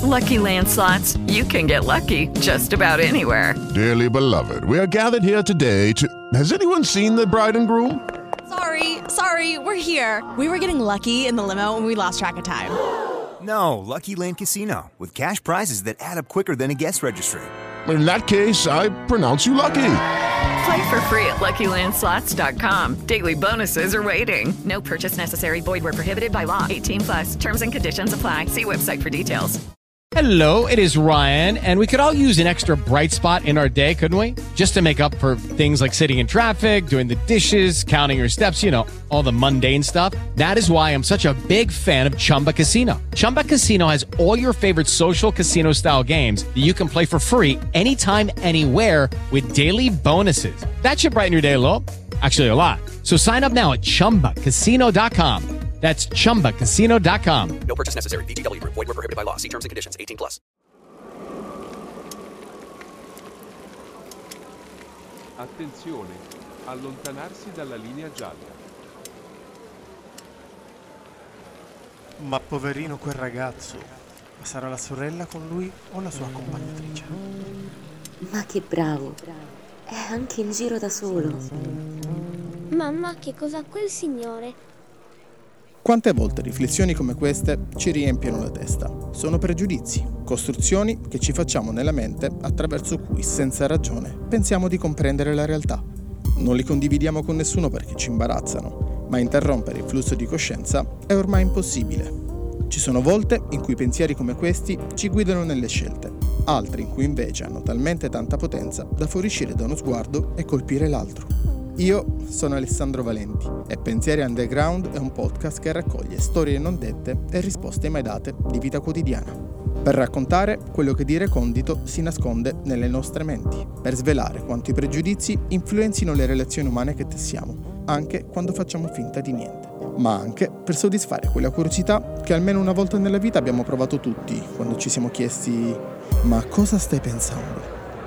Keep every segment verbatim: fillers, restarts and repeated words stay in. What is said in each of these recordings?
Lucky Land Slots, you can get lucky just about anywhere. Dearly beloved, we are gathered here today to... Has anyone seen the bride and groom? Sorry, sorry, we're here. We were getting lucky in the limo and we lost track of time. No, Lucky Land Casino, with cash prizes that add up quicker than a guest registry. In that case, I pronounce you lucky. Play for free at Lucky Land Slots dot com. Daily bonuses are waiting. No purchase necessary. Void where prohibited by law. eighteen plus. Terms and conditions apply. See website for details. Hello, it is Ryan, and we could all use an extra bright spot in our day, couldn't we? Just to make up for things like sitting in traffic, doing the dishes, counting your steps, you know, all the mundane stuff. That is why I'm such a big fan of Chumba Casino. Chumba Casino has all your favorite social casino-style games that you can play for free anytime, anywhere with daily bonuses. That should brighten your day a little. Actually, a lot. So sign up now at chumba casino dot com. That's chumba casino dot com. No purchase necessary. V G W. Void where prohibited by law. See terms and conditions. eighteen plus. Attenzione, allontanarsi dalla linea gialla. Ma poverino quel ragazzo. Sarà la sorella con lui o la sua accompagnatrice? Ma che bravo. È anche in giro da solo. Mamma, che cosa ha quel signore? Quante volte riflessioni come queste ci riempiono la testa? Sono pregiudizi, costruzioni che ci facciamo nella mente attraverso cui, senza ragione, pensiamo di comprendere la realtà. Non li condividiamo con nessuno perché ci imbarazzano, ma interrompere il flusso di coscienza è ormai impossibile. Ci sono volte in cui pensieri come questi ci guidano nelle scelte, altre in cui invece hanno talmente tanta potenza da fuoriuscire da uno sguardo e colpire l'altro. Io sono Alessandro Valenti e Pensieri Underground è un podcast che raccoglie storie non dette e risposte mai date di vita quotidiana, per raccontare quello che di recondito si nasconde nelle nostre menti, per svelare quanto i pregiudizi influenzino le relazioni umane che tessiamo, anche quando facciamo finta di niente, ma anche per soddisfare quella curiosità che almeno una volta nella vita abbiamo provato tutti quando ci siamo chiesti: ma cosa stai pensando?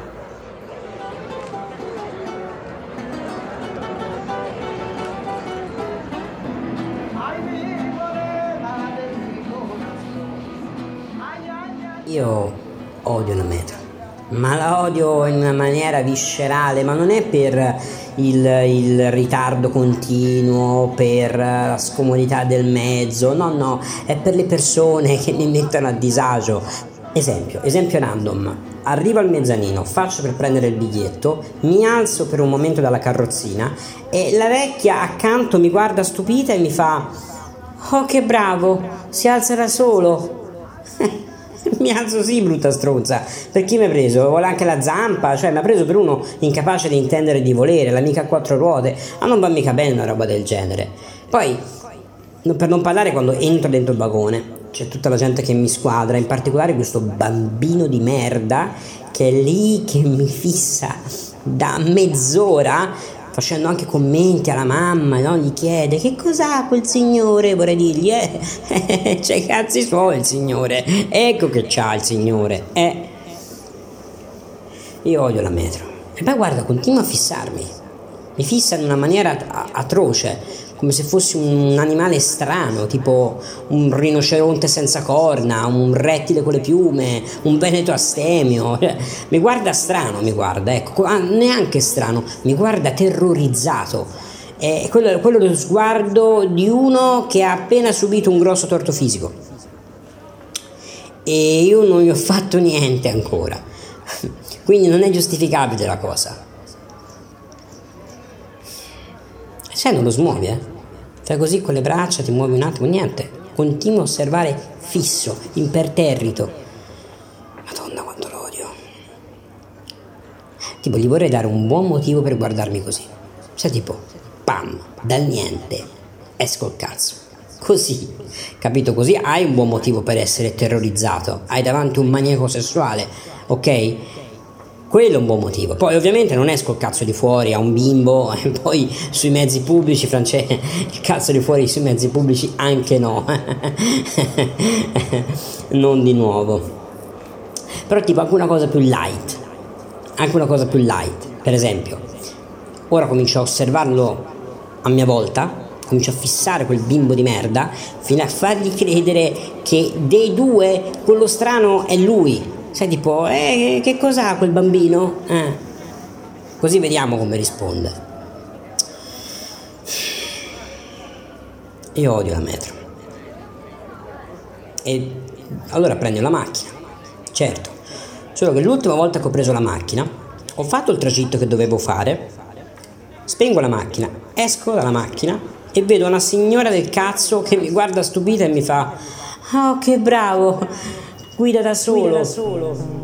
Io odio la metro, ma la odio in una maniera viscerale, ma non è per il, il ritardo continuo, per la scomodità del mezzo, no no, è per le persone che mi mettono a disagio. Esempio, esempio random, arrivo al mezzanino, faccio per prendere il biglietto, mi alzo per un momento dalla carrozzina e la vecchia accanto mi guarda stupita e mi fa: oh che bravo, si alza da solo. Mi alzo sì, brutta stronza, per chi mi ha preso? Vuole anche la zampa, cioè mi ha preso per uno incapace di intendere di volere, l'amica a quattro ruote, ma non va mica bene una roba del genere. Poi, per non parlare quando entro dentro il vagone, c'è tutta la gente che mi squadra, in particolare questo bambino di merda che è lì che mi fissa da mezz'ora, facendo anche commenti alla mamma, no? Gli chiede: che cos'ha quel signore? Vorrei dirgli: eh, c'è i cazzi suoi il signore, ecco che c'ha il signore. Eh. Io odio la metro. E poi guarda, continua a fissarmi. Mi fissa in una maniera atroce, come se fossi un animale strano, tipo un rinoceronte senza corna, un rettile con le piume, un veneto astemio. Mi guarda strano, mi guarda, ecco, neanche strano, mi guarda terrorizzato. È quello, quello lo sguardo di uno che ha appena subito un grosso torto fisico. E io non gli ho fatto niente ancora. Quindi non è giustificabile la cosa. Sai, non lo smuovi, eh? Fai così con le braccia, ti muovi un attimo, niente. Continua a osservare fisso, imperterrito. Madonna quanto lo odio. Tipo, gli vorrei dare un buon motivo per guardarmi così. Cioè tipo, pam, dal niente, esco il cazzo. Così, capito? Così hai un buon motivo per essere terrorizzato. Hai davanti un maniaco sessuale, ok? Quello è un buon motivo. Poi ovviamente non esco il cazzo di fuori a un bimbo e poi sui mezzi pubblici, Francesco, il cazzo di fuori sui mezzi pubblici anche no. Non di nuovo. Però tipo anche una cosa più light. Anche una cosa più light. Per esempio, ora comincio a osservarlo a mia volta comincio a fissare quel bimbo di merda fino a fargli credere che dei due quello strano è lui. Sai, tipo, eh, che cos'ha quel bambino? Eh. Così vediamo come risponde. Io odio la metro. E allora prendo la macchina. Certo, solo che l'ultima volta che ho preso la macchina ho fatto il tragitto che dovevo fare, spengo la macchina, esco dalla macchina e vedo una signora del cazzo che mi guarda stupita e mi fa: oh, che bravo, guida da solo, guida da solo.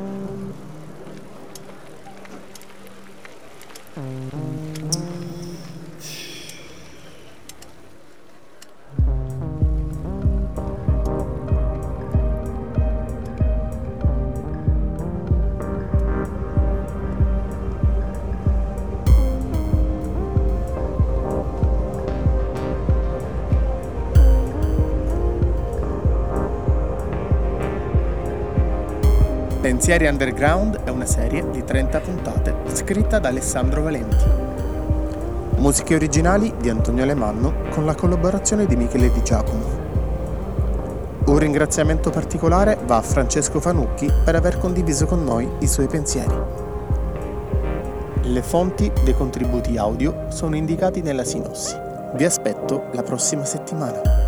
Pensieri Underground è una serie di trenta puntate scritta da Alessandro Valenti. Musiche originali di Antonio Alemanno con la collaborazione di Michele Di Giacomo. Un ringraziamento particolare va a Francesco Fanucchi per aver condiviso con noi i suoi pensieri. Le fonti dei contributi audio sono indicati nella sinossi. Vi aspetto la prossima settimana.